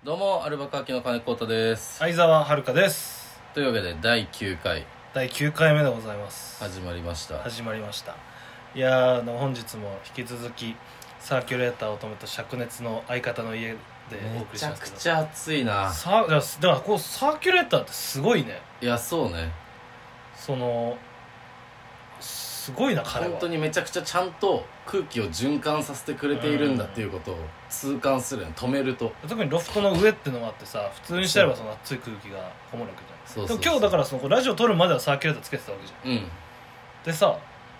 どうもアルバカーキの金子太です。 相沢遥です。 というわけで第9回第9回目でございます。 始まりました。 始まりました。いやー、本日も引き続きサーキュレーターを止めた灼熱の相方の家でおめ送りしますけど、 ちゃくちゃ暑いな。 だからこうサーキュレーターってすごいね。 いやそうね、 すごいな彼は。 本当にめちゃくちゃちゃんと空気を循環させてくれているんだっていうことを痛感するね。止めると特にロフトの上ってのがあってさ、普通にしてればその熱い空気がこもるわけじゃん。 そうそうそう。 でも今日だからこうラジオ撮るまではサーキュレーターつけてたわけじゃん。 うんでさ、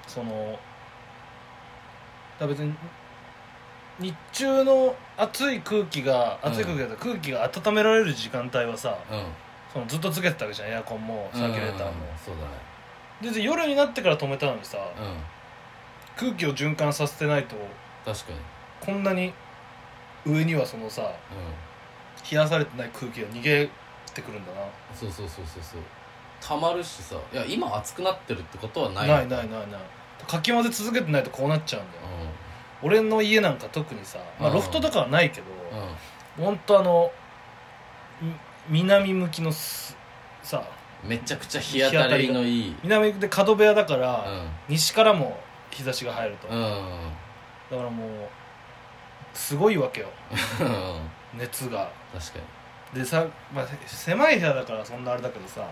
だ別に日中の熱い空気だったら空気が温められる時間帯はさ、ずっとつけてたわけじゃん。エアコンもサーキュレーターも、 そうだね。 で夜になってから止めたのにさ、空気を循環させてないと確かにこんなに上には冷やされてない空気が逃げてくるんだな。 そうたまるしさ。いや今暑くなってるってことはないないかき混ぜ続けてないとこうなっちゃうんだよ、俺の家なんか特にさ、ロフトとかはないけど、ほんと南向きのさ、 めちゃくちゃ日当たりのいい南で角部屋だから、西からも日差しが入ると、だからもうすごいわけよ熱が。 確かにでさ、狭い部屋だからそんなあれだけどさ、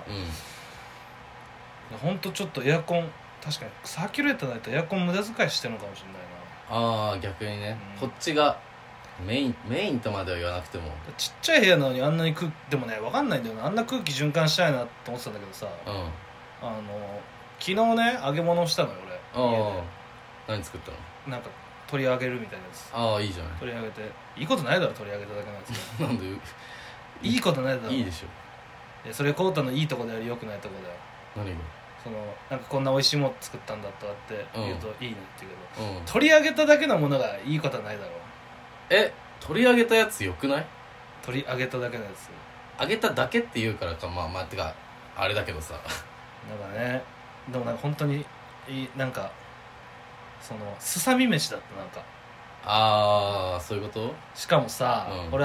ほんとちょっとエアコン、確かにサーキュレーターないとエアコン無駄遣いしてるのかもしれないな。 ああ逆にね、こっちがメインとまでは言わなくてもちっちゃい部屋なのにあんなにでもね分かんないんだよな。あんな空気循環したいなと思ってたんだけどさ、昨日ね揚げ物をしたのよ俺。 何作ったの？ なんか取り上げるみたいなやつ。 ああいいじゃない。 取り上げていいことないだろ、取り上げただけなんですけどなんでいいことないだろ。 いいでしょ。 それコウタのいいとこであり良くないとこだよ。 何が？ なんかこんな美味しいもの作ったんだとかって言うといいねって言うけど、取り上げただけのものがいいことはないだろう。 取り上げたやつよくない？ 取り上げただけのやつ。 上げただけって言うからか、てかあれだけどさなんかね、でもなんか本当になんかすさみ飯だった。なんかそういうこと？ しかもさ、俺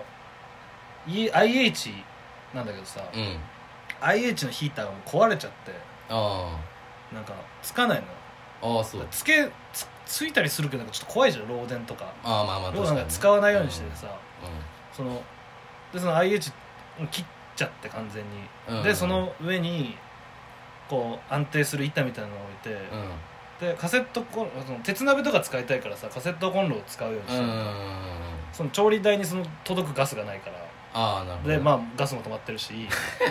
IH なんだけどさ、IH のヒーターがもう壊れちゃって、なんかつかないの。 そうついたりするけどなんかちょっと怖いじゃん、漏電とか。 確かに、ね、 使わないようにしてさ、その IH 切っちゃって完全に、でその上にこう安定する板みたいなのを置いて、でカセット鉄鍋とか使いたいからさ、カセットコンロを使うようにして、その調理台に届くガスがないから、 なるほど。 でガスも止まってるし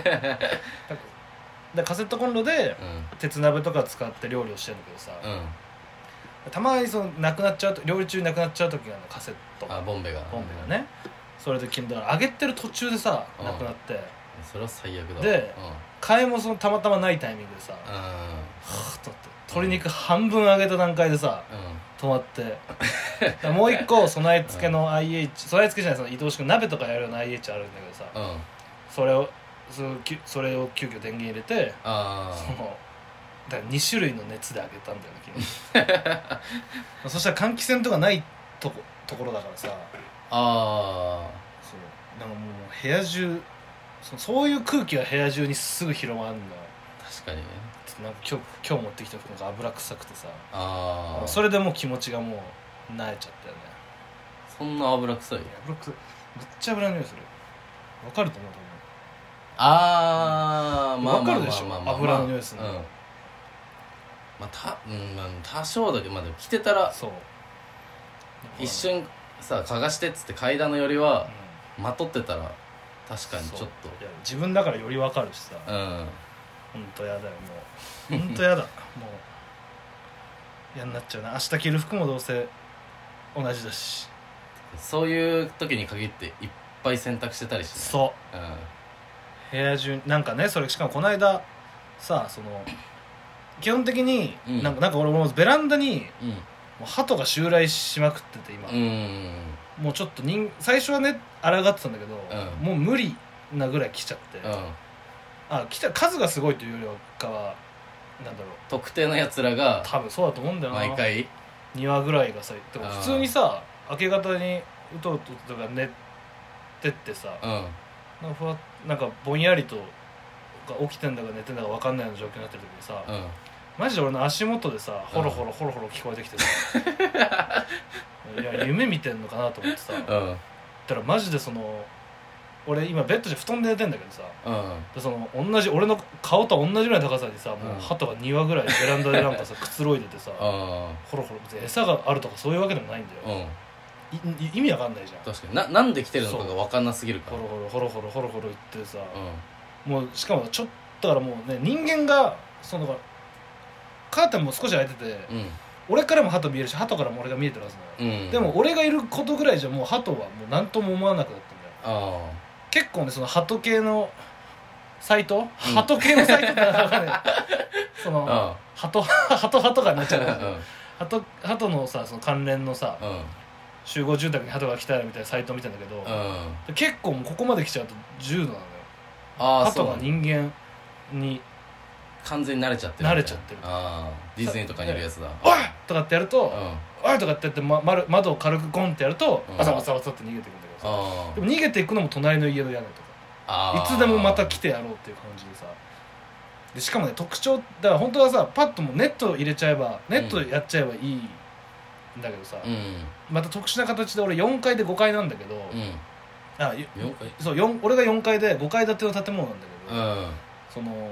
でカセットコンロで鉄鍋とか使って料理をしてるんだけどさ、たまになくなっちゃうと、料理中になくなっちゃう時があるの、カセットボンベがね。それでだから揚げてる途中でさなくなって、 それは最悪だ。 で替えもたまたまないタイミングでさ、はぁと思って鶏肉半分揚げた段階でさ止まって、もう一個備え付けの IH、備え付けじゃない、移動式の鍋とかやるような IH あるんだけどさ、それを急遽電源入れて、だから2種類の熱で揚げたんだよね昨日そしたら換気扇とかないところだからさ、だからもう部屋中そういう空気が部屋中にすぐ広まるんだよ。 確かにね。 なんか今日持ってきた服が油臭くてさ、 それでもう気持ちがもう慣れちゃったよね。 そんな油臭い？ めっちゃ油の匂いする。わかると思う。わかるでしょ、油の匂いするの。 多少だけど、でも着てたらそう一瞬さ嗅がしてっつって階段のよりは、まとってたら確かにちょっと、 いや自分だからよりわかるしさ、ほんとやだよ、もうほんとやだもう嫌になっちゃうな。明日着る服もどうせ同じだし、 そういう時に限っていっぱい洗濯してたりして、ね、 そう、部屋中なんかね、それしかもこの間さ、基本的に、なんか俺もベランダに、もう鳩が襲来しまくってて今、もうちょっと最初はね抗ってたんだけど、もう無理なぐらい来ちゃって、数がすごいというよりかはなんだろう、 特定のやつらが多分そうだと思うんだよな。毎回 2羽ぐらいがさ、普通にさ明け方にうとうととか寝ってってさ、 うんなんかふわなんかぼんやりと起きてんだか寝てんだか分かんないような状況になってる時にさ、 うんマジで俺の足元でさホロホロホロホロ聞こえてきてさいや夢見てんのかなと思ってさ、 うんだからマジでその俺今ベッドで布団で寝てんだけどさ、 うんでその同じ俺の顔と同じぐらいの高さにさ、もううん鳩が2羽ぐらいベランダでなんかさくつろいでてさ、 あホロホロ別に餌があるとかそういうわけでもないんだよ、 うん意味わかんないじゃん。 確かになんで来てるのかが分かんなすぎるからホロホロホロホロホロホロ言ってさ、 うんもうしかもちょっとだからもうね人間がそのカーテンも少し開いてて、 うん俺からも鳩見えるし鳩からも俺が見えてるはずなのよ、 うんでも俺がいることぐらいじゃもう鳩はもう何とも思わなくなったんだよ。 あ結構ねその鳩系のサイト、鳩系のサイトってなんかねそのあ鳩がなっちゃううん鳩のさその関連のさうん集合住宅に鳩が来たらみたいなサイト見てんだけど、 うん結構もうここまで来ちゃうと重度なのよ。 ああ鳩が人間に完全に慣れちゃってる慣れちゃってるああディズニーとかにいるやつだ 「おい!」とかってやるとうん 「おい!」とかってやって、窓を軽くコンってやるとうんバサバサバサって逃げていくんだけどさ、 あでも逃げていくのも隣の家の屋根とかあいつでもまた来てやろうっていう感じでさ、でしかもね特徴だから本当はさパッともうネット入れちゃえばネットやっちゃえばいいんだけどさ、 うんまた特殊な形で俺4階で5階なんだけど、 うんあ 4回そう俺が4階で5階建ての建物なんだけど、 うんその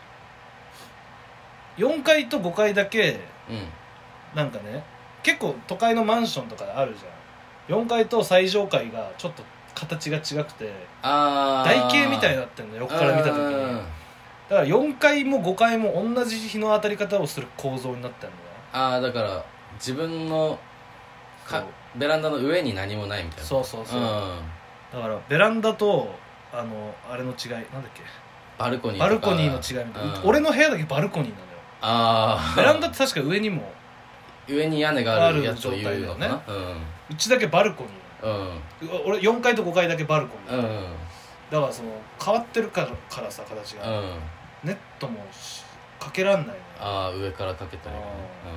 4階と5階だけうんなんかね結構都会のマンションとかあるじゃん。4階と最上階がちょっと形が違くてああ台形みたいになってんの横から見た時に。だから4階も5階も同じ日の当たり方をする構造になってるのね。 ああだから自分のそうベランダの上に何もないみたいなそうそうそう、 んだからベランダとあれの違いなんだっけバルコニーとかバルコニーの違いみたいな、 うん俺の部屋だけバルコニーなのよ。 ああベランダって確か上にも上に屋根があるやつを言うのかなあるうちだけバルコニうんー俺4階と5階だけバルコニー、 うんだからその変わってるからさ形が、 うんネットもかけらんないのよ。 ああ上からかけたりね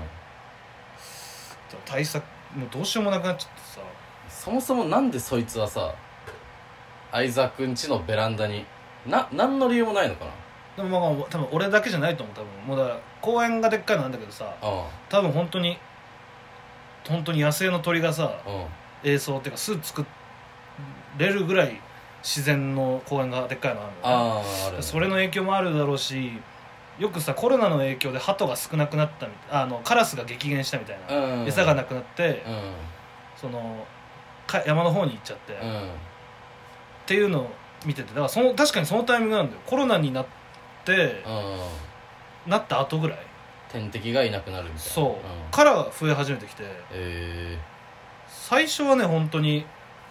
だから対策もうどうしようもなくなっちゃってさ、 そもそもなんでそいつはさ相沢くん家のベランダに何の理由もないのかなでもまあ多分俺だけじゃないと思う。多分もうだから公園がでっかいのなんだけどさ、多分本当に野生の鳥がさ営巣っていうか巣作れるぐらい自然の公園がでっかいのあるのね。 あるそれの影響もあるだろうし、よくさコロナの影響で鳩が少なくなったみたいカラスが激減したみたいな、餌がなくなってその山の方に行っちゃって、っていうのを見てて、だから確かにそのタイミングなんだよ。コロナになってなった後ぐらい天敵がいなくなるみたいなそうから増え始めてきて、最初はね本当に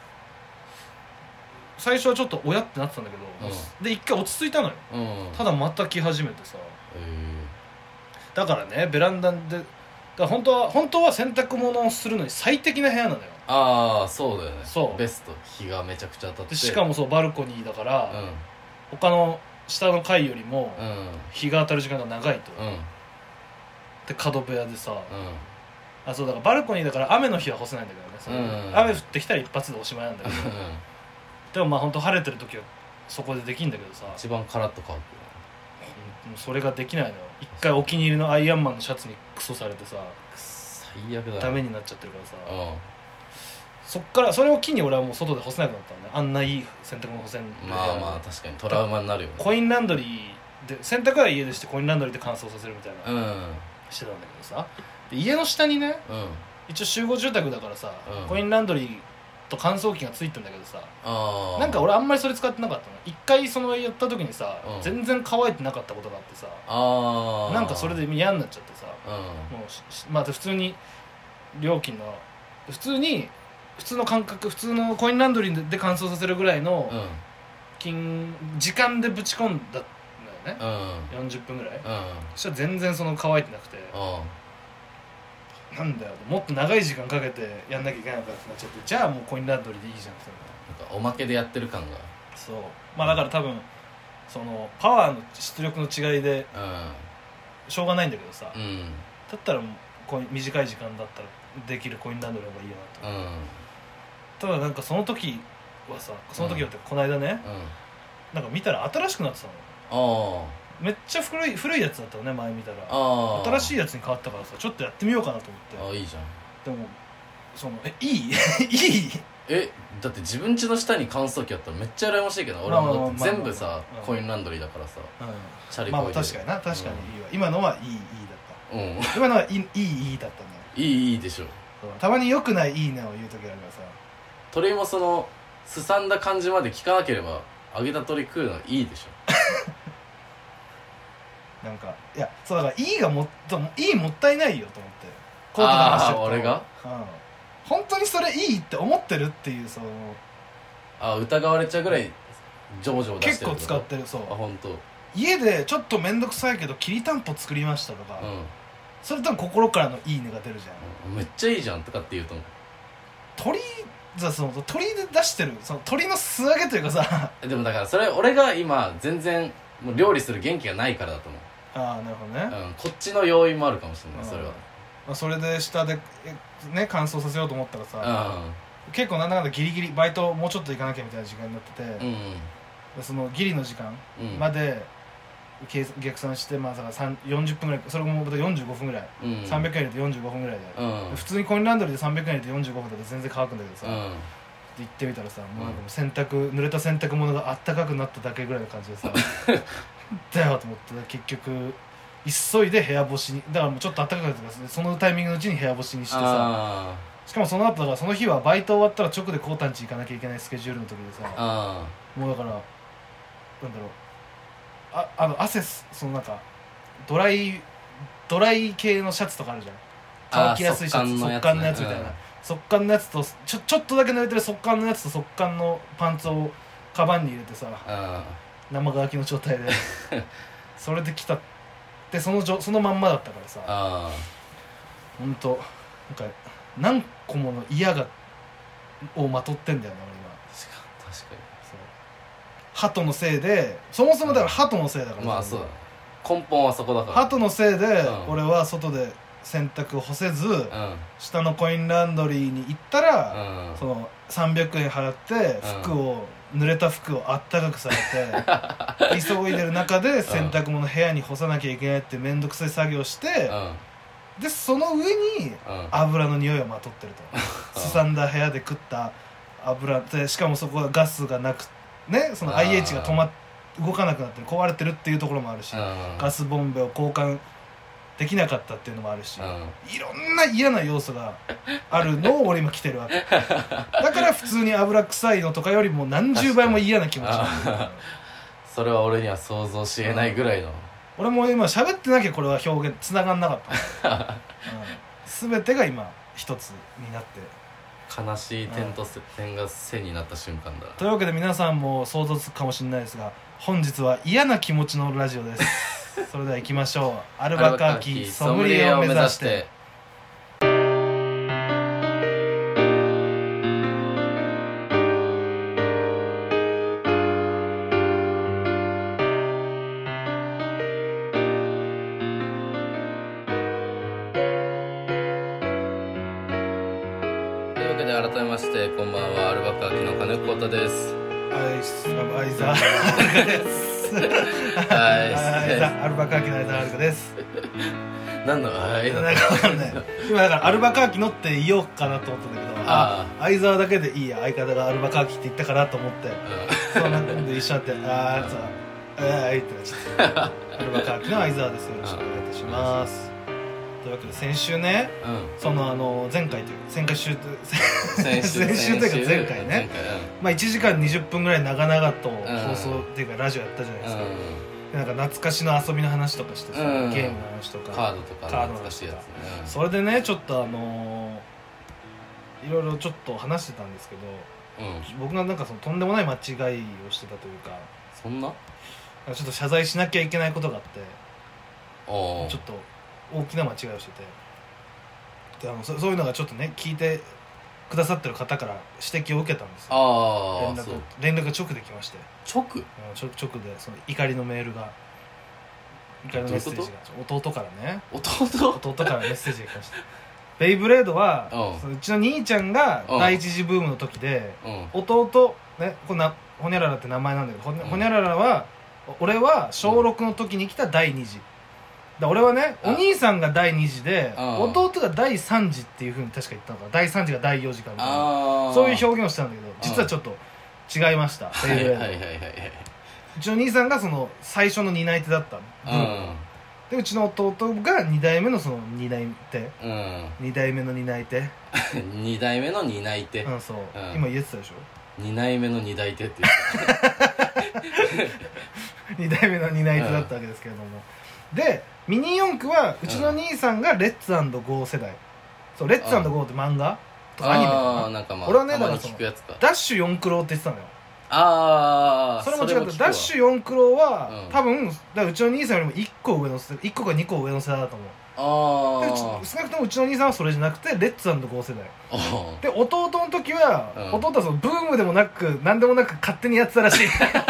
最初はちょっと親ってなってたんだけど、で一回落ち着いたのよ。ただまた来始めてさ、だからねベランダでだから本当は洗濯物をするのに最適な部屋なのよ。 ああそうだよね。 そうベスト。日がめちゃくちゃ当たってでしかもそうバルコニーだから、他の下の階よりも日が当たる時間が長いと、で角部屋でさ、あそうだからバルコニーだから雨の日は干せないんだけどね、雨降ってきたら一発でおしまいなんだけどでもまあ本当晴れてる時はそこでできんだけどさ、 一番カラッと乾くよもうそれができないのよ。一回お気に入りのアイアンマンのシャツにクソされてさ最悪だね。 ダメになっちゃってるからさ、そっからそれを機に俺はもう外で干せなくなったのね。あんないい洗濯物干せんまあまあ確かにトラウマになるよね。 コインランドリーで洗濯は家でしてコインランドリーで乾燥させるみたいな、してたんだけどさ、で家の下にね、一応集合住宅だからさ、コインランドリーと乾燥機がついてんだけどさ、なんか俺あんまりそれ使ってなかったの。一回そのやった時にさ、全然乾いてなかったことがあってさ、なんかそれで嫌になっちゃってさ、もうまあ普通に料金の普通の感覚、普通のコインランドリーで乾燥させるぐらいの時間でぶち込んだんだよね、40分ぐらい、そしたら全然その乾いてなくて、なんだよもっと長い時間かけてやんなきゃいけないのかってなっちゃって、じゃあもうコインランドリーでいいじゃんって。 なんかおまけでやってる感が。 そうまあだから多分そのパワーの出力の違いでしょうがないんだけどさ、だったらもう短い時間だったらできるコインランドリーの方がいいよなと、ただなんかその時はさ、その時だってこの間ね、なんか見たら新しくなってたの。めっちゃ古いやつだったのね、前見たら。新しいやつに変わったからさ、ちょっとやってみようかなと思って。 いいじゃん。 でもいいいいだって自分家の下に乾燥機あったらめっちゃ羨ましいけど、俺もだって全部さコインランドリーだからさ、チャリこいで。 確かにな、確かにいいわ。今のはいいだった。今のはいいだったね。 いいでしょ。 たまに良くないいいねを言う時あるからさ、 鳥もそのすさんだ感じまで聞かなければ揚げた鳥食うのはいいでしょ。なんかいや、そうだからいいもったいないよと思って。コートの話してると俺が本当にそれいいって思ってるっていう、 疑われちゃうぐらいジョボジョボ出してる。 結構使ってる。そう、 本当。 家でちょっと面倒くさいけどきりたんぽ作りましたとか、それ多分心からのいいねが出るじゃん。 めっちゃいいじゃんとかって言うと鳥で出してるその鳥の素揚げというかさでもだからそれ俺が今全然もう料理する元気がないからだと思う。 なるほどね。 こっちの要因もあるかもしれない。それはそれで下でね乾燥させようと思ったらさ、結構なんだかんだギリギリバイトもうちょっと行かなきゃみたいな時間になってて、そのギリの時間まで逆算して、だから40分ぐらい、それも45分ぐらい、300円入れて45分ぐらいで、普通にコインランドリーで300円入れて45分だと全然乾くんだけどさ、行ってみたらさ、もうなんかもう濡れた洗濯物があったかくなっただけぐらいの感じでさだよと思って、結局急いで部屋干しに、だからもうちょっとあったかくなってますね、そのタイミングのうちに部屋干しにしてさ、しかもその後だからその日はバイト終わったら直でコータンチ行かなきゃいけないスケジュールの時でさ、もうだからなんだろう、汗そのなんかドライ系のシャツとかあるじゃん、乾きやすいシャツ、速乾のやつみたいな、速乾のやつとちょっとだけ濡れてる速乾のやつと速乾のパンツをカバンに入れてさ、生乾きの状態でそれで来たってそのまんまだったからさ、ほんとなんか何個もの嫌をまとってんだよね俺今。 確かに鳩のせいで、そもそもだから鳩のせいだから、 そうだ、根本はそこだから。 鳩のせいで俺は外で洗濯を干せず、下のコインランドリーに行ったら、その300円払って濡れた服をあったかくされて急いでる中で洗濯物部屋に干さなきゃいけないって面倒くさい作業して、でその上に油の匂いをまとってるとすさんだ部屋で食った油で、しかもそこはガスがなくね、その IH が動かなくなってる、壊れてるっていうところもあるし、ガスボンベを交換できなかったっていうのもあるし、いろんな嫌な要素があるのを俺今来てるわけだから普通に油臭いのとかよりも何十倍も嫌な気持ちになる。 それは俺には想像しえないぐらいの。 俺も今喋ってなきゃこれは表現つながんなかった、全てが今一つになって、 悲しい点と点が線になった瞬間だ。 というわけで皆さんも想像つくかもしれないですが、本日は嫌な気持ちのラジオですそれでは行きましょう。アルバカーキソムリエを目指して。 改めましてこんばんは、アルバカーキの金子太です。 相沢ですアルバカーキの相沢遥です。 何のなんか分かんない今だからアルバカーキのって言おうかなと思ったんだけど、相沢だけでいいや、相方がアルバカーキって言ったからと思って、そうなんで一緒になってってなっちゃってアルバカーキの相沢です。よろしくお願いいたします。というわけで先週ね、その前回という先週というか前回ね、1時間20分ぐらい長々と放送っていうかラジオやったじゃないですか。なんか懐かしの遊びの話とかしてさ、ゲームの話とかカードとか懐かしいやつね。 それでねちょっといろいろちょっと話してたんですけど、僕がなんかそのとんでもない間違いをしてたというか、 そんなちょっと謝罪しなきゃいけないことがあって、ちょっと大きな間違いをしてて、でそういうのがちょっとね聞いてくださってる方から指摘を受けたんですよ。連絡が直できまして、直でその怒りのメールが、怒りのメッセージが弟からね、弟からメッセージが来ました。ベイブレードはうちの兄ちゃんが第一次ブームの時で、弟ねこんなホニャララって名前なんだけど、ホニャララは俺は小6の時に来た第2次だ。俺はねお兄さんが第2次で弟が第3次っていう風に確か言ったのかな。第3次が第4次かみたいなそういう表現をしたんだけど、実はちょっと違いました。 はいはいはいはい。 うちの兄さんがその最初の担い手だったの。でうちの弟が2代目のその担い手、2代目の担い手 2代目の担い手、 そう、今言えてたでしょ。 2代目の2代手って言って 2代目の担い手だったわけですけれども、でミニ四駆はうちの兄さんがレッツ&ゴー世代。そう、レッツ&ゴーって漫画とかアニメかな。 なんかまあ俺はねだから聞くやつか。 ダッシュ4クローって言ってたのよ。それも違った。ダッシュ4クローは、多分だからうちの兄さんよりも1個上の世代、1個か2個上の世代だと思う。少なくともうちの兄さんはそれじゃなくてレッツ&ゴー世代で、弟の時は、弟はそのブームでもなく何でもなく勝手にやってたらしい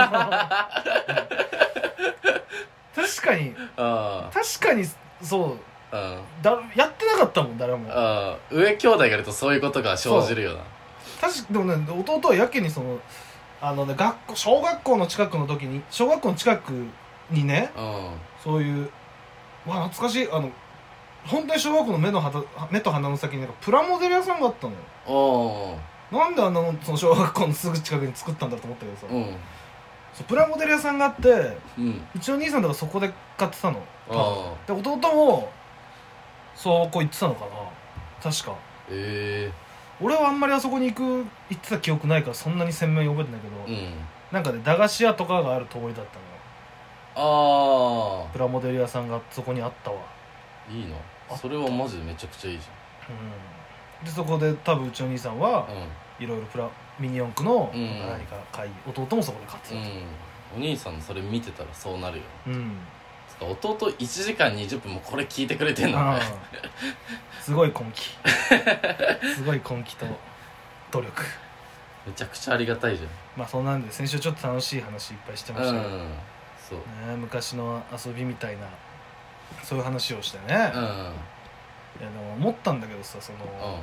確かにそう、やってなかったもん誰も。 上兄弟がいるとそういうことが生じるよな。 でもね弟はやけにその小学校の近くにね、そういう懐かしい本当に小学校の目と鼻の先になんかプラモデル屋さんがあったのよ。なんでその小学校のすぐ近くに作ったんだと思ったけどさ、そうプラモデル屋さんがあって、うちの兄さんとかそこで買ってたの。で弟もそこ行ってたのかな確か。俺はあんまりあそこに行ってた記憶ないからそんなに鮮明に覚えてないけど、なんかね駄菓子屋とかがある通りだったのよ。プラモデル屋さんがそこにあったわ。いいなそれはマジでめちゃくちゃいいじゃん。でそこで多分うちの兄さんはいろいろミニ四駆の何か買い、弟もそこで買ってた。 お兄さんそれ見てたらそうなるよ。弟1時間20分もこれ聞いてくれてんのねすごい根気すごい根気と努力、 めちゃくちゃありがたいじゃん。 まあそんなんで先週ちょっと楽しい話いっぱいしてましたけど、 そうね、昔の遊びみたいなそういう話をしてね、いやでも思ったんだけどさ、その、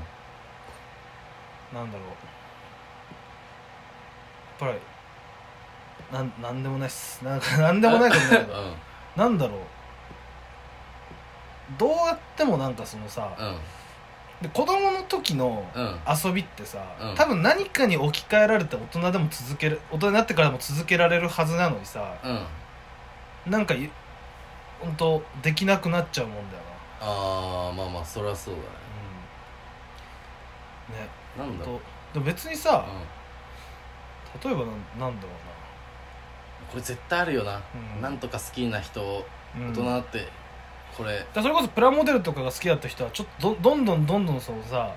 なんだろう、やっぱりなんでもないっす。なんでもないことないけどなんだろう、どうやってもなんかそのさ、で子供の時の遊びってさ、多分何かに置き換えられて大人になってからも続けられるはずなのにさ、なんか本当できなくなっちゃうもんだよな。 まあまあそりゃそうだね。 ね、 なんだろう。 でも別にさ、例えばなんだろうな、 これ絶対あるよな、なんとか好きな人、大人だってこれそれこそプラモデルとかが好きだった人はちょっとどんどんそのさ、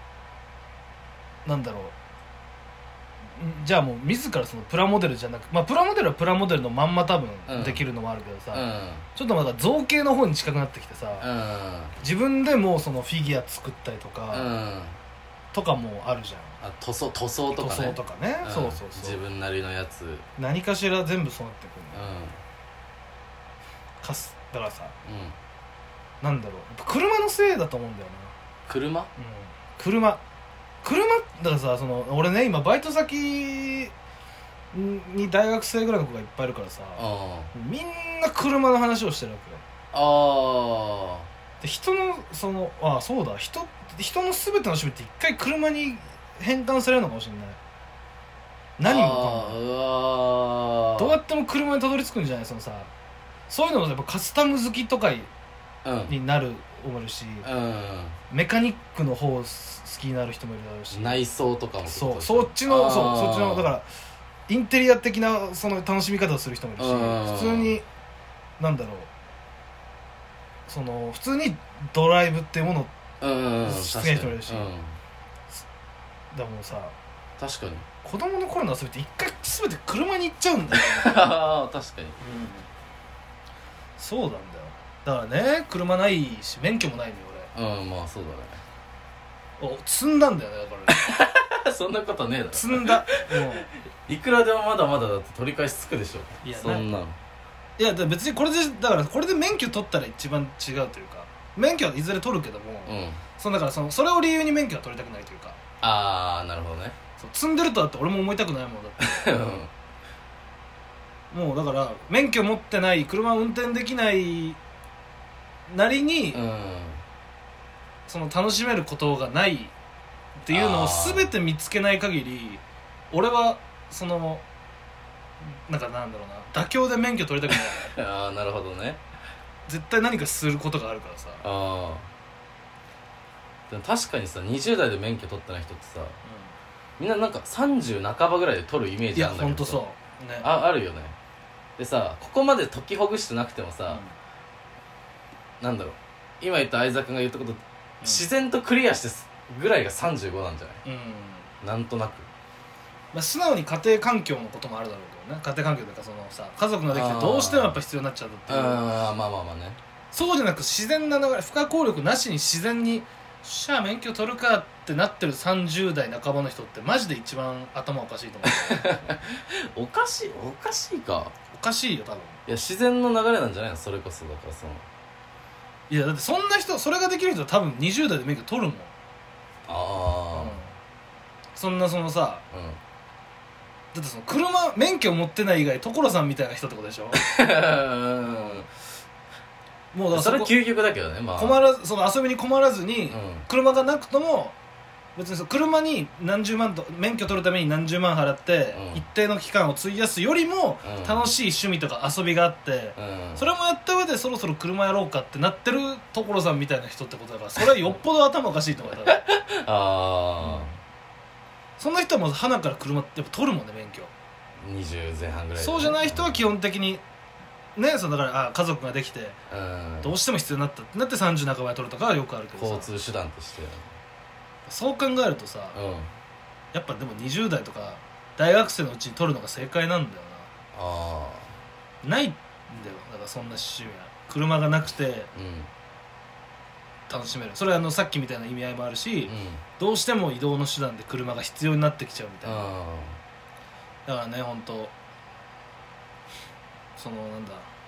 なんだろう、じゃあもう自らそのプラモデルじゃなく、まあプラモデルはプラモデルのまんま多分できるのもあるけどさ、ちょっとまだ造形の方に近くなってきてさ、自分でもうそのフィギュア作ったりとか、とかもあるじゃん。 塗装とかね。 塗装とかね、そう自分なりのやつ、 何かしら全部そうなってくるの、だからさ、なんだろう、車のせいだと思うんだよな。車だからさ、その俺ね今バイト先に大学生ぐらいの子がいっぱいいるからさ、みんな車の話をしてるわけよ。で人のそのそうだ、人の全ての趣味って一回車に変換されるのかもしれない。何もかもどうやっても車にたどり着くんじゃない。そのさ、そういうのもやっぱカスタム好きとかになる思うし、メカニックの方好きになる人もいるだろうし、内装とかもそっちのだからインテリア的なその楽しみ方をする人もいるし、普通になんだろう、その普通にドライブっていうものを好きな人もいるし、でもさ、確かに子供の頃の遊びって一回全て車に行っちゃうんだよ確かに、そうなんだよ。だからね、車ないし免許もないのよ俺。まあそうだね。積んだんだよね、だからそんなことねえだろ。積んだいくらでもまだまだだって取り返しつくでしょ。いやそんなの、いや別にこれで免許取ったら一番違うというか、免許はいずれ取るけども、だからそれを理由に免許は取りたくないというか。なるほどね。 積んでるとだって俺も思いたくないもんだってもうだから免許持ってない車を運転できないなりに、その楽しめることがないっていうのを全て見つけない限り俺はそのなんだろうな妥協で免許取りたくないああなるほどね。 絶対何かすることがあるからさ。 でも確かにさ20代で免許取ってない人ってさ、みんななんか30半ばぐらいで取るイメージあるんだけど、いやほんとそう、ね、あるよね。でさここまで解きほぐしてなくてもさ、なんだろう今言った相沢君が言ったこと、自然とクリアしてぐらいが35なんじゃない、なんとなく、 まあ、素直に家庭環境のこともあるだろうけどね。家庭環境というかそのさ家族ができてどうしてもやっぱ必要になっちゃうっていう。 まあね。そうじゃなく自然な流れ、不可抗力なしに自然にしゃあ免許取るかってなってる30代半ばの人ってマジで一番頭おかしいと思うおかしいか。おかしいよ多分。 いや自然の流れなんじゃないの。それこそだからそのいやだってそんな人、それができる人は多分20代で免許取るもん。そんなそのさ、だってその免許持ってない以外所さんみたいな人ってことでしょもうだからそれ究極だけどね、まあ、 その遊びに困らずに、車がなくとも別に車に何十万と免許取るために何十万払って、一定の期間を費やすよりも、楽しい趣味とか遊びがあって、それもやった上でそろそろ車やろうかってなってる所さんみたいな人ってことだから、それはよっぽど頭おかしいと思うよそんな人はまず鼻から車ってやっぱ取るもんね、免許 20前半ぐらいで、ね、 そうじゃない人は基本的にね、そうだから家族ができて、どうしても必要になったってなって30半ばで取るとかはよくあるけどさ、 交通手段としてそう考えるとさ、やっぱでも20代とか大学生のうちに取るのが正解なんだよな。ないんだよだからそんな趣味は。車がなくて楽しめる、それはさっきみたいな意味合いもあるし、どうしても移動の手段で車が必要になってきちゃうみたいな。だからね本当そのなんだ、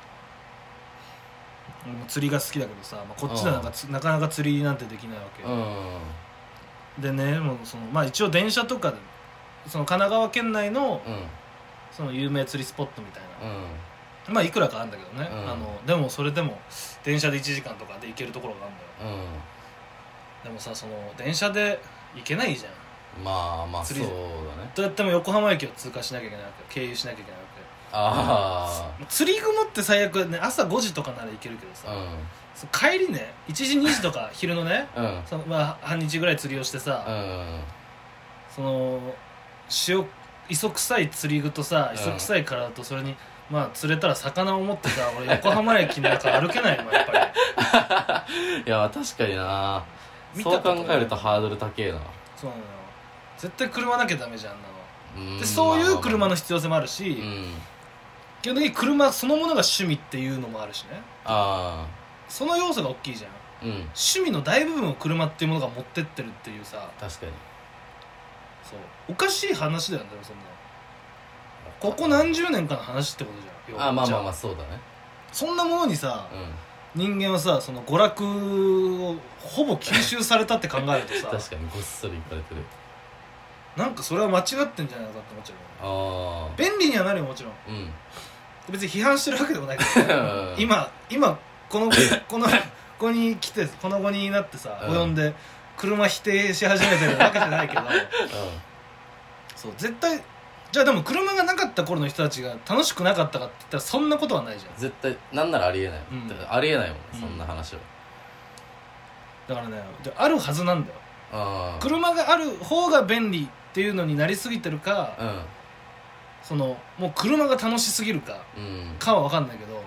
俺も釣りが好きだけどさ、こっちでなかなか釣りなんてできないわけでね、もうその一応電車とかでその神奈川県内の、その有名釣りスポットみたいな、いくらかあるんだけどね、でもそれでも電車で1時間とかで行けるところがあるんだよ、でもさその電車で行けないじゃん。まあそうだね。どうやっても横浜駅を通過しなきゃいけないわけ、経由しなきゃいけないわけ。釣り雲って最悪ね、朝5時とかなら行けるけどさ、帰りね1時2時とか昼のね、その半日ぐらい釣りをしてさ、その磯臭い釣り具とさ磯臭い体と、それに釣れたら魚を持ってさ、俺横浜駅の中歩けないもんやっぱりいや確かにな、そう考えるとハードル高えな。 そうなのよ、絶対車なきゃダメじゃん、あんなので。そういう車の必要性もあるし、基本的に車そのものが趣味っていうのもあるしね。その要素が大きいじゃん、趣味の大部分を車っていうものが持ってってるっていうさ。 確かにそうおかしい話だよね、そんなここ何十年かの話ってことじゃん。 まあそうだね。 そんなものにさ、人間はさその娯楽をほぼ吸収されたって考えるとさ確かにごっそりいかれてる。 なんかそれは間違ってんじゃないかって思っちゃう。便利にはなるよもちろん、別に批判してるわけでもないけど今ここに来てこの後になってさ、及んで車否定し始めてるわけじゃないけどそう絶対じゃあでも車がなかった頃の人たちが楽しくなかったかって言ったらそんなことはないじゃん。 絶対なんならありえない、ありえないもんね、そんな話は。 だからねあるはずなんだよ。車がある方が便利っていうのになりすぎてるか、そのもう車が楽しすぎるか、かは分かんないけど、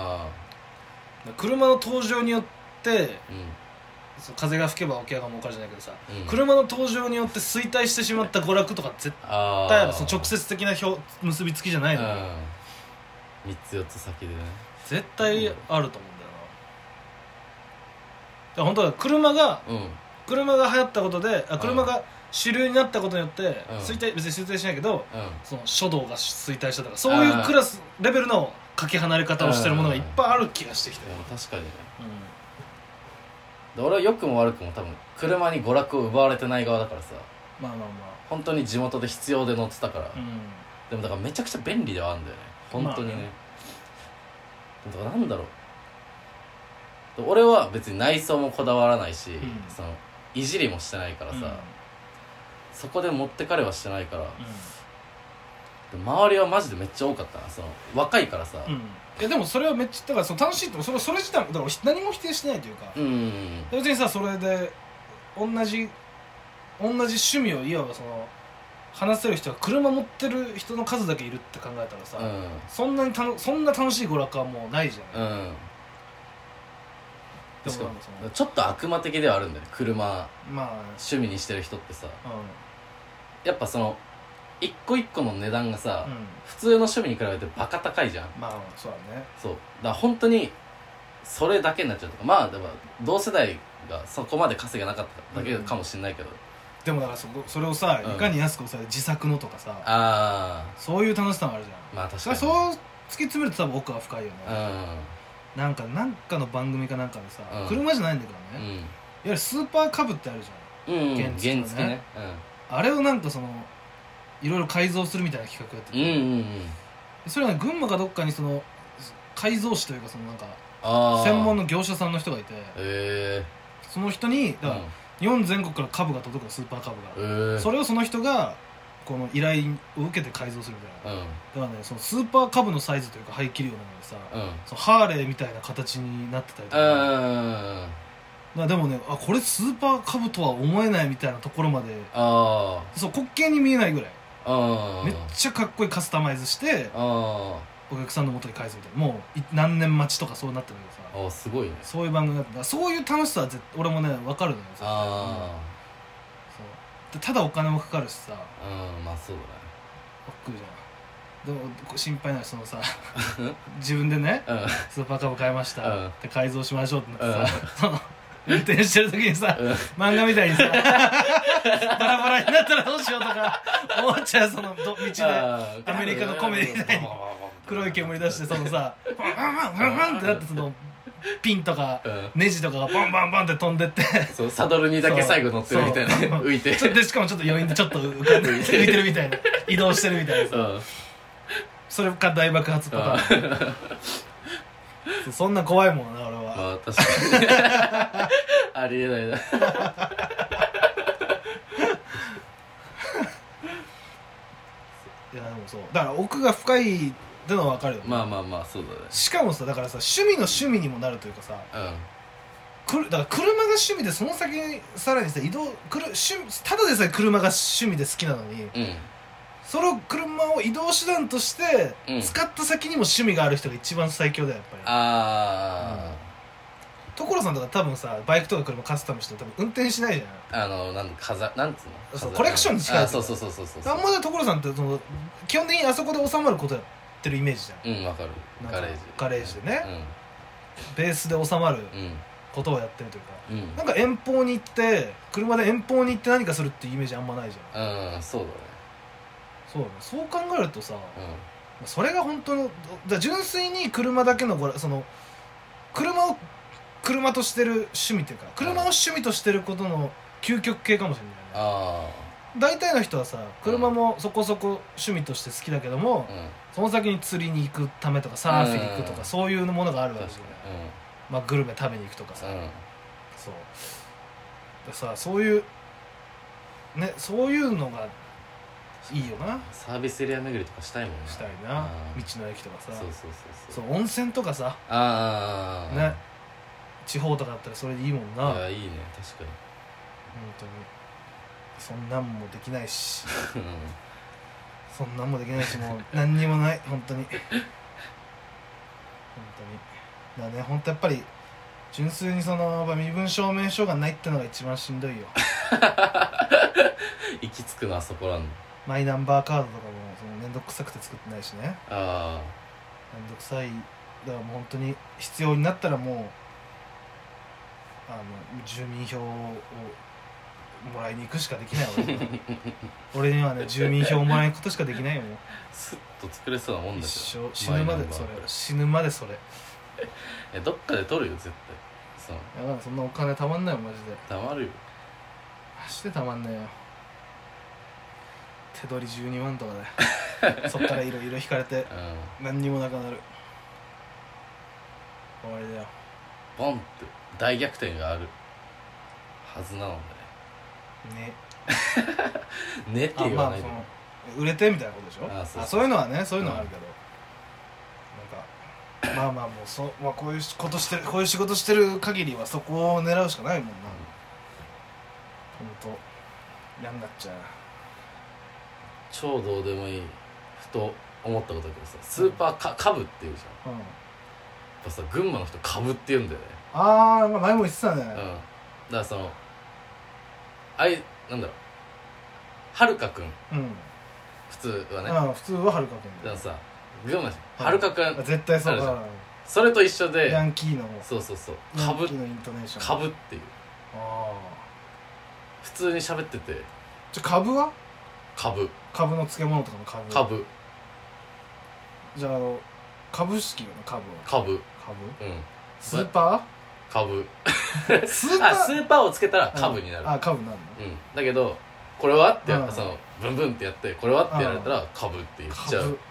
車の登場によって、風が吹けば桶屋が儲かるじゃないけどさ、車の登場によって衰退してしまった娯楽とか絶対ある。その直接的な結びつきじゃないのに、 3つ4つ先でね絶対あると思うんだよな。だから本当は車が流行ったことで、車が主流になったことによって別に衰退しないけど、その書道が衰退したとかそういうクラスレベルのかけ離れ方をしてるものがいっぱいある気がしてきて。 確かにね、俺は良くも悪くも多分車に娯楽を奪われてない側だからさ。 本当に地元で必要で乗ってたから、 うん、 でもだからめちゃくちゃ便利ではあるんだよね本当にね、だからなんだろう、俺は別に内装もこだわらないし、そのいじりもしてないからさ、そこで持ってかれはしてないから、周りはマジでめっちゃ多かったな、その若いからさ、 いやでもそれはめっちゃだからその楽しいってそれ自体だから何も否定してないというか、別にさそれで同じ趣味をいわばその話せる人が車持ってる人の数だけいるって考えたらさ、そんな楽しい娯楽はもうないじゃん、 でもちょっと悪魔的ではあるんだよね車、趣味にしてる人ってさ、やっぱその一個一個の値段がさ、普通の趣味に比べてバカ高いじゃん。 そうだね。 そうだから本当にそれだけになっちゃうとか、でも同世代がそこまで稼げなかっただけかもしれないけど、 でもだからそれをさ、いかに安く抑える自作のとかさ、そういう楽しさもあるじゃん。確かにそう突き詰めると多分奥は深いよね。なんかの番組かなんかでさ、車じゃないんだけどね、いわゆるスーパーカブってあるじゃん、原付ね、あれをなんかそのいろいろ改造するみたいな企画やってて、それは、ね、群馬かどっかにその改造士というかそのなんか専門の業者さんの人がいて、その人にだから日本全国から株が届くの、スーパー株が、それをその人がこの依頼を受けて改造するみたいな、だからねそのスーパー株のサイズというか排気量なのでさ、そのハーレーみたいな形になってたりとか、でもねこれスーパー株とは思えないみたいなところまで、そう滑稽に見えないぐらいめっちゃかっこいいカスタマイズしてお客さんの元に返すみたいな、もう何年待ちとかそうなってるけどさ、 すごいね、 そういう番組だったらそういう楽しさは俺もね分かるのよ、そうただお金もかかるしさ、そうだね、億劫じゃん。でも心配ないそのさ自分でね、スーパーカブ買いました、で改造しましょうってなってさ、運転してる時にさ、漫画みたいにさバラバラになったらどうしようとか思っちゃう、その道でアメリカのコメディみたいに黒い煙出してそのさバンバンバンバンってなって、そのピンとかネジとかがバンバンバンって飛んでって、 そうサドルにだけ最後乗ってるみたいな、浮いてでしかもちょっと余韻でちょっと浮かんで浮いてるみたいな、移動してるみたいなさ、それか大爆発パターンそんな怖いもんな俺は。 確かにありえないな。いやでもそうだから奥が深いってのは分かるよね。 そうだね。 しかもさだからさ趣味の趣味にもなるというかさ、だから車が趣味でその先にさらにさただでさえ車が趣味で好きなのに、その車を移動手段として使った先にも趣味がある人が一番最強だよやっぱり。所さんとか多分さバイクとか車カスタムして多分運転しないじゃん。なんつうのコレクションに近い。 そうあんまり所さんってその基本的にあそこで収まることやってるイメージじゃん。 わかる。 ガレージでね、ベースで収まることをやってるというか、なんか遠方に行って車で遠方に行って何かするっていうイメージあんまないじゃん。 そうだね。 そう考えるとさ、それが本当の純粋に車だけのその車を車としてる趣味っていうか、車を趣味としてることの究極系かもしれないね。大体の人はさ車もそこそこ趣味として好きだけども、その先に釣りに行くためとかサーフィン行くとか、そういうものがあるわけじゃない。グルメ食べに行くとかさ、そういうね、そういうのがいいよな。 サービスエリア巡りとかしたいもんね。 したいな。道の駅とかさ、 そう温泉とかさ、ね、地方とかだったらそれでいいもんな。 いやいいね、確かに。 本当にそんなんもできないしそんなんもできないし、もう何にもない本当に本当にだね。本当やっぱり純粋にその身分証明書がないってのが一番しんどいよ行き着くのはそこなんだ。 マイナンバーカードとかもそのめんどくさくて作ってないしね。めんどくさい。だからもう本当に必要になったらもう住民票をもらいに行くしかできないわ俺にはね住民票をもらいに行くことしかできないよ。もうスッと作れそうなもんだけど、 一生死ぬまでそれどっかで取るよ絶対。 だからそんなお金たまんないよマジで。 たまるよマジでたまんないよ。 手取り12万とかでそっからいろいろ引かれて、何にもなくなる。終わりだよ。 ボンって大逆転があるはずなのでね。ねって言わないで、まあ、 売れてみたいなことでしょ。そういうのはね、そういうのはあるけど、なんかまあもうまあ、こういう仕事してる限りはそこを狙うしかないもんな。ほんと嫌になっちゃう。 超どうでもいいふと思ったことだけどさ、スーパーカブっていうじゃん、やっぱさ群馬の人カブって言うんだよね。 ああ、まあ、前も言ってたね。 だからそのなんだろう、はるかくん、普通はね、 普通ははるかくんだからさ、群馬の人はるかくん絶対そうだ。 それと一緒でヤンキーのそうヤンキーのイントネーションカブっていう、普通に喋ってて。 カブはカブの漬物とかのカブじゃあ株式のカブスーパーカブスーパーをつけたらカブになる。 カブになるの。 だけどこれはってやったら、そのブンブンってやってこれはってやられたらカブって言っちゃう。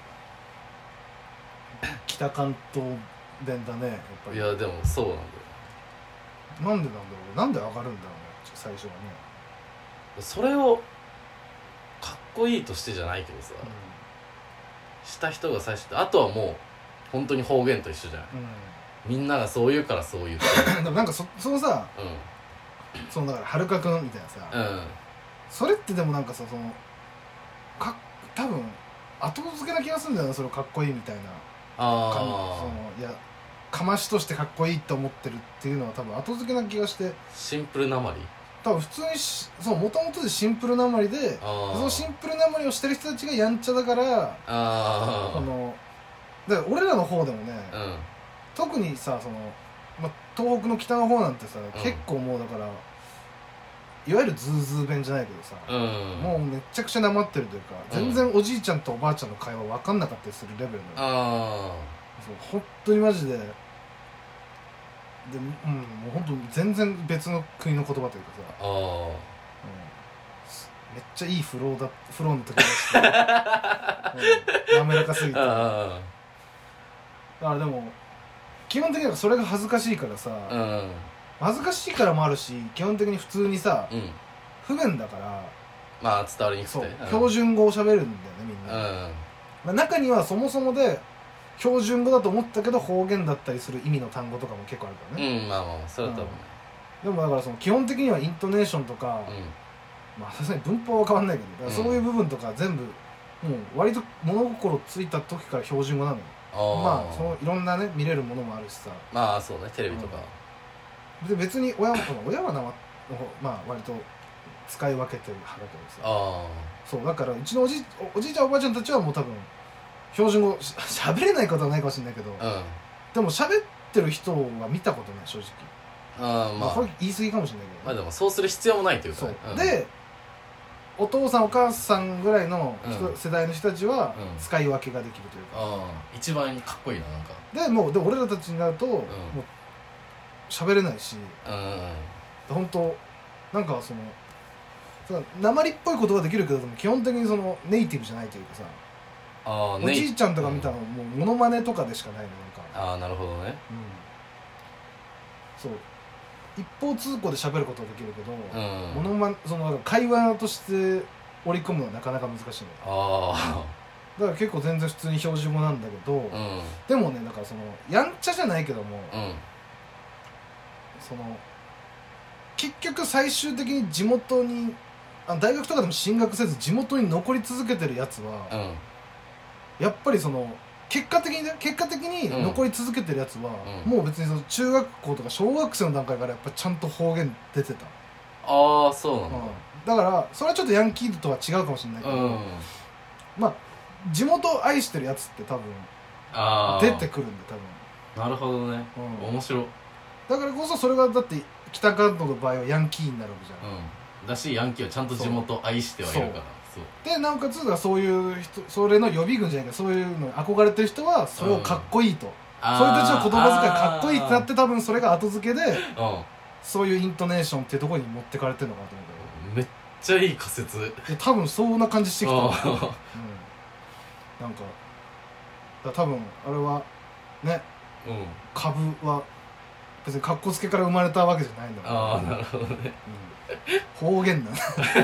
北関東弁だね、やっぱり。 いやでもそうなんだよ。 なんでなんだろう、なんで上がるんだろうね、最初はね。 それをかっこいいとしてじゃないけどさ、した人が最初って、あとはもう本当に方言と一緒じゃない、みんながそう言うからそう言ってでもなんかそのさ、そのだからはるかくんみたいなさ、それってでもなんかさ、その多分後付けな気がするんだよな、それをかっこいいみたいな。いやかましとしてかっこいいと思ってるっていうのは多分後付けな気がして、 シンプルなまり、 多分普通にもともとでシンプルなまりで、そのシンプルなまりをしてる人たちがやんちゃだから、だから俺らの方でもね、特にさ、東北の北の方なんてさ、結構もうだからいわゆるズーズー弁じゃないけどさ、もうめっちゃくちゃなまってるというか、全然おじいちゃんとおばあちゃんの会話分かんなかったりするレベルの、本当にマジで、もう本当全然別の国の言葉というかさ、めっちゃいいフローの時だし、滑らかすぎて。だからでも基本的にはそれが恥ずかしいからさ、恥ずかしいからもあるし、基本的に普通にさ、不便だから、 まあ伝わりにくくて、 標準語を喋るんだよね、みんな。中にはそもそもで標準語だと思ったけど方言だったりする意味の単語とかも結構あるからね。 まあそれは多分ね。 でもだからその基本的にはイントネーションとか、まあさすがに文法は変わんないけど、そういう部分とか全部もう割と物心ついた時から標準語なのよ。まあそのいろんなね見れるものもあるしさ、 まあそうね、テレビとかで別に親はまあ割と使い分けてる派だけどさ、そうだからうちのおじいちゃんおばあちゃんたちはもう多分標準語喋れないことはないかもしれないけど、でも喋ってる人は見たことない、正直。まあこれ言い過ぎかもしれないけど、 まあでもそうする必要もないというか、 でお父さんお母さんぐらいの世代の人たちは使い分けができるというか、 一番かっこいいな、なんか。 で俺らたちになるともう喋れないし、本当なんかその訛りっぽいことはできるけど、基本的にそのネイティブじゃないというかさ、おじいちゃんとか見たのもうモノマネとかでしかないの、なんか。 なるほどね。 そう一方通行で喋ることはできるけど、モノマネその会話として織り込むのはなかなか難しいの。だから結構全然普通に標準語なんだけど、でもね、だからそのやんちゃじゃないけども、その結局最終的に地元に大学とかでも進学せず地元に残り続けてるやつは、やっぱりその結果的に残り続けてるやつは、もう別にその中学校とか小学生の段階からやっぱちゃんと方言出てた。 そうなんだ。 だからそれはちょっとヤンキーとは違うかもしれないけど、まあ地元を愛してるやつって多分出てくるんで、多分。 なるほどね。面白い。 だからこそそれがだって北関東の場合はヤンキーになるわけじゃん。 だしヤンキーはちゃんと地元を愛してはいるから。 でなおかつそういう人、それの予備軍じゃないけど、そういうのに憧れてる人はそれをかっこいいと、そういう人たちの言葉遣いかっこいいってなって、多分それが後付けでそういうイントネーションっていうところに持ってかれてるのかなと思うけど、 めっちゃいい仮説。 多分そんな感じしてきた、うん、なんか多分あれはね、うん、株は別に格好つけから生まれたわけじゃないんだから。 ああなるほどね、 うん、方言なんだ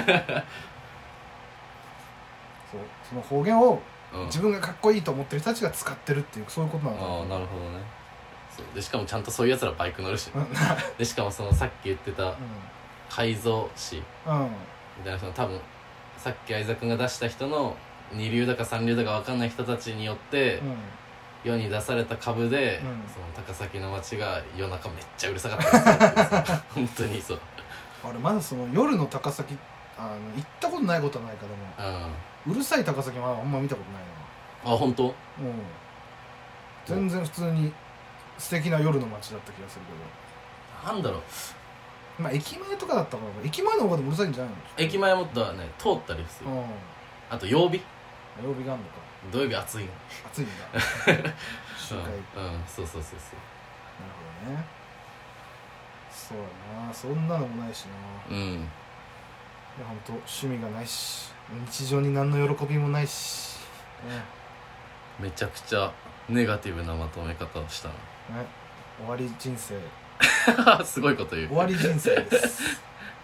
その方言を自分がかっこいいと思ってる人たちが使ってるっていう、そういうことなのかな。 ああなるほどね。そうでしかもちゃんとそういうやつらバイク乗るし、でしかもそのさっき言ってた改造士みたいな、その多分さっき相沢君が出した人の二流だか三流だか分かんない人たちによって世に出された株で、その高崎の街が夜中めっちゃうるさかったです本当にそう。 あれまだその夜の高崎行ったことないことはないか。でも、うるさい高崎はあんま見たことないな。あ本当？ 全然普通に素敵な夜の街だった気がするけど。なんだろう、まあ駅前とかだったから駅前の方がでもうるさいんじゃないの？ 駅前もっとはね通ったりする、あと曜日があるのか。 土曜日暑いの。 暑いんだ集会、 そうそうそうそう。なるほどね。そうだな、そんなのもないしな。いやほんと趣味がないし日常に何の喜びもないし、 めちゃくちゃネガティブなまとめ方をしたの、 終わり人生すごいこと言う。 終わり人生です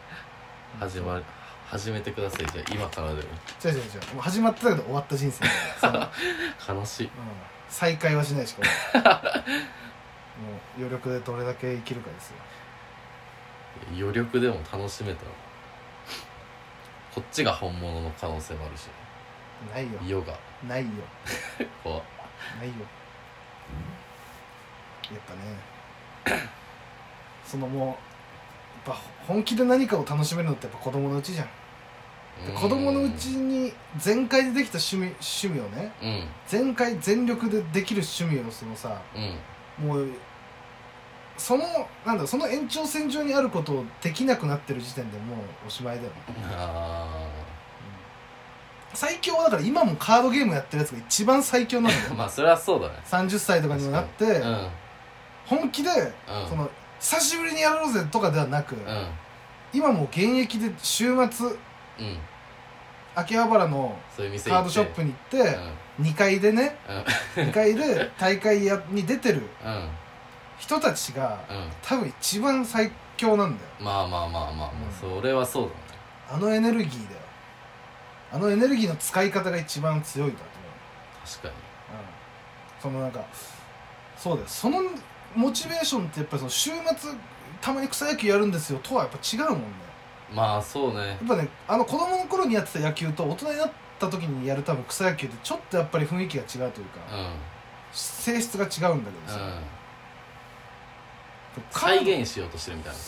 始めてください。じゃあ今からでも。 違うもう始まってたけど終わった人生悲しい、 再開はしないしかもう余力でどれだけ生きるかですよ。 余力でも楽しめたらこっちが本物の可能性もあるし。 ないよ。 世がないよ怖っ。 ないよ。やっぱねそのもうやっぱ本気で何かを楽しめるのってやっぱ子供のうちじゃん。子供のうちに全開でできた趣味をね、全開全力でできる趣味をそのさ、もうそのその延長線上にあることをできなくなってる時点でもうおしまいだよね。最強はだから今もカードゲームやってるやつが一番最強なんだよまあそれはそうだね。 30歳とかにもなって、本気で、その久しぶりにやろうぜとかではなく、今も現役で週末、秋葉原のカードショップに行って、2階でね、2階で大会に出てる人たちが、多分一番最強なんだよ。 まあ、それはそうだね。 あのエネルギーだよ。あのエネルギーの使い方が一番強いだと思う。 確かに、 そのそうだよ。そのモチベーションってやっぱりその週末たまに草野球やるんですよとはやっぱ違うもんね。 まあそうね。 やっぱね、子供の頃にやってた野球と大人になった時にやる多分草野球ってちょっとやっぱり雰囲気が違うというか、性質が違うんだけどさ、 再現しようとしてるみたいなこと。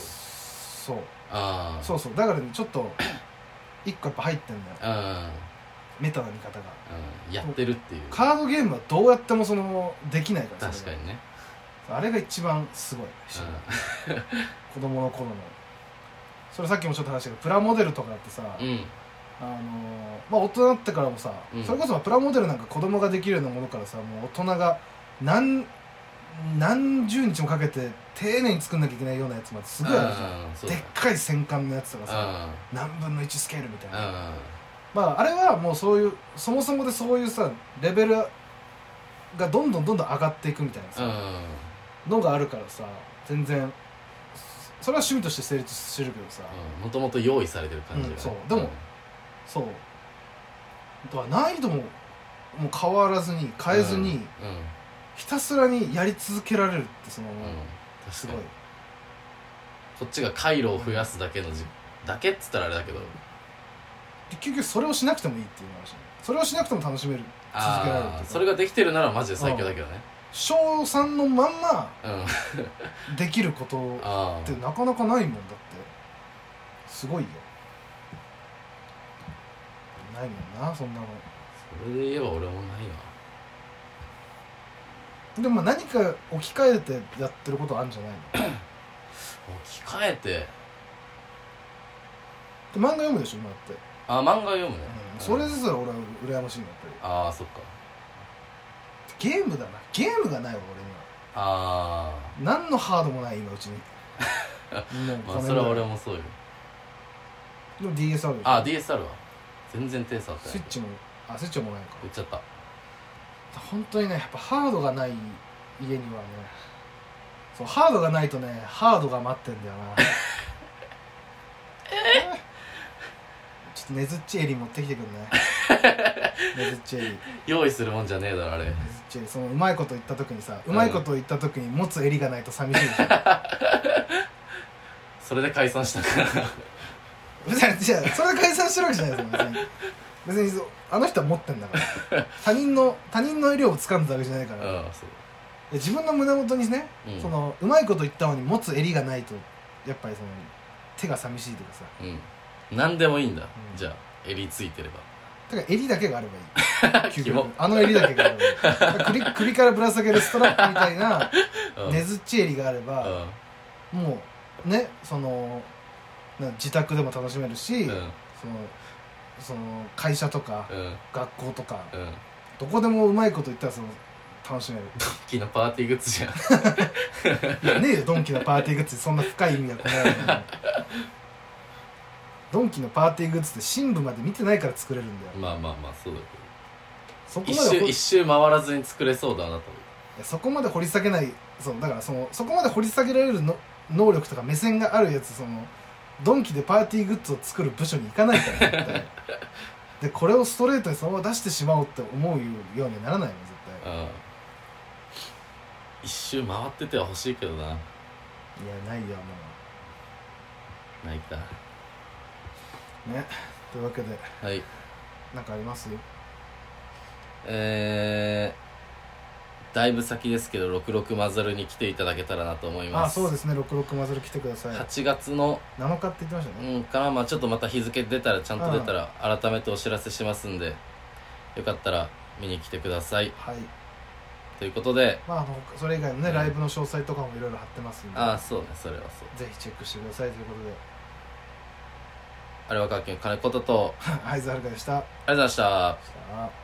そうだからねちょっと一個やっぱ入ってんだよ、メタな見方が、 やってるっていう。 カードゲームはどうやってもできないから。 確かにね。 あれが一番すごい、子供の頃の。それさっきもちょっと話したけどプラモデルとかってさ、まあ大人になってからもさ、それこそプラモデルなんか子供ができるようなものからさ、もう大人が何十日もかけて丁寧に作んなきゃいけないようなやつまですごいあるじゃん。でっかい戦艦のやつとかさ、何分の1スケールみたいな、まああれはもうそういうそもそもでそういうさレベルがどんどん上がっていくみたいなさ、のがあるからさ、全然それは趣味として成立してるけどさ、 もともと用意されてる感じが、 そうでも、そうだから難易度も変わらずに変えずに、ひたすらにやり続けられるってその、すごい。 こっちが回路を増やすだけのだけっつったらあれだけど、 結局それをしなくてもいいっていう話。それをしなくても楽しめる、続けられるっていうか。 それができてるならマジで最強だけどね。 小3のまんまできることってなかなかないもんだって。すごいよ。ないもんなそんなの。 それで言えば俺もないな。 でも何か置き換えてやってることあるんじゃないの？ 置き換えてで漫画読むでしょ今だって。 漫画読むね、 それですら俺は羨ましいのやっぱり。 そっか。 ゲームだな。ゲームがないわ俺には。何のハードもない今うちに。 まあそれは俺もそうよ。 でも DS あるでしょ。 あ DS あるわ。全然手触ってない。 スイッチもスイッチもないか。 言っちゃった。 本当にねやっぱハードがない家にはね、そうハードがないとねハードが待ってんだよなちょっとねずっちエリ持ってきてくんねねずっちエリ用意するもんじゃねえだろあれ。ねずっちエリ、そのうまいこと言った時にさ、うまいこと言った時に持つエリがないと寂しいでしょそれで解散したから別にじゃあそれで解散してるわけじゃないですよ別にあの人は持ってんだから他人の襟を掴んだわけじゃないから、 そう自分の胸元にね、そのうまいこと言ったのに持つ襟がないとやっぱりその手が寂しいとかさ、 何でもいいんだ、じゃあ襟ついてれば。 だから襟だけがあればいい究極あの襟だけがあればいい首からぶら下げるストラップみたいなねずっち襟があれば、もうねその自宅でも楽しめるし、その会社とか、学校とか、どこでもうまいこと言ったらその楽しめる。 ドンキのパーティーグッズじゃんねえよドンキのパーティーグッズそんな深い意味が込められてるのドンキのパーティーグッズって深部まで見てないから作れるんだよ。 まあそうだけど、 そこまで一周回らずに作れそうだなと思う。 いやそこまで掘り下げない、だからそこまで掘り下げられるの能力とか目線があるやつ、ドンキでパーティーグッズを作る部署に行かないから絶対でこれをストレートにそのまま出してしまおうって思うようにはならないの絶対。 一周回ってては欲しいけどな。いやないよもうないかね。というわけではい、 なんかあります？ だいぶ先ですけど66マザルに来ていただけたらなと思います。 そうですね、66マザル来てください。 8月の 7日って言ってましたね。 からちょっとまた日付出たらちゃんと出たら改めてお知らせしますんで、よかったら見に来てください。 はい。 ということで、 それ以外のね、ライブの詳細とかもいろいろ貼ってますんで。 そうね、それはそう。 ぜひチェックしてくださいということで。 あれはかっけん金子と会津はるかでした。ありがとうございました。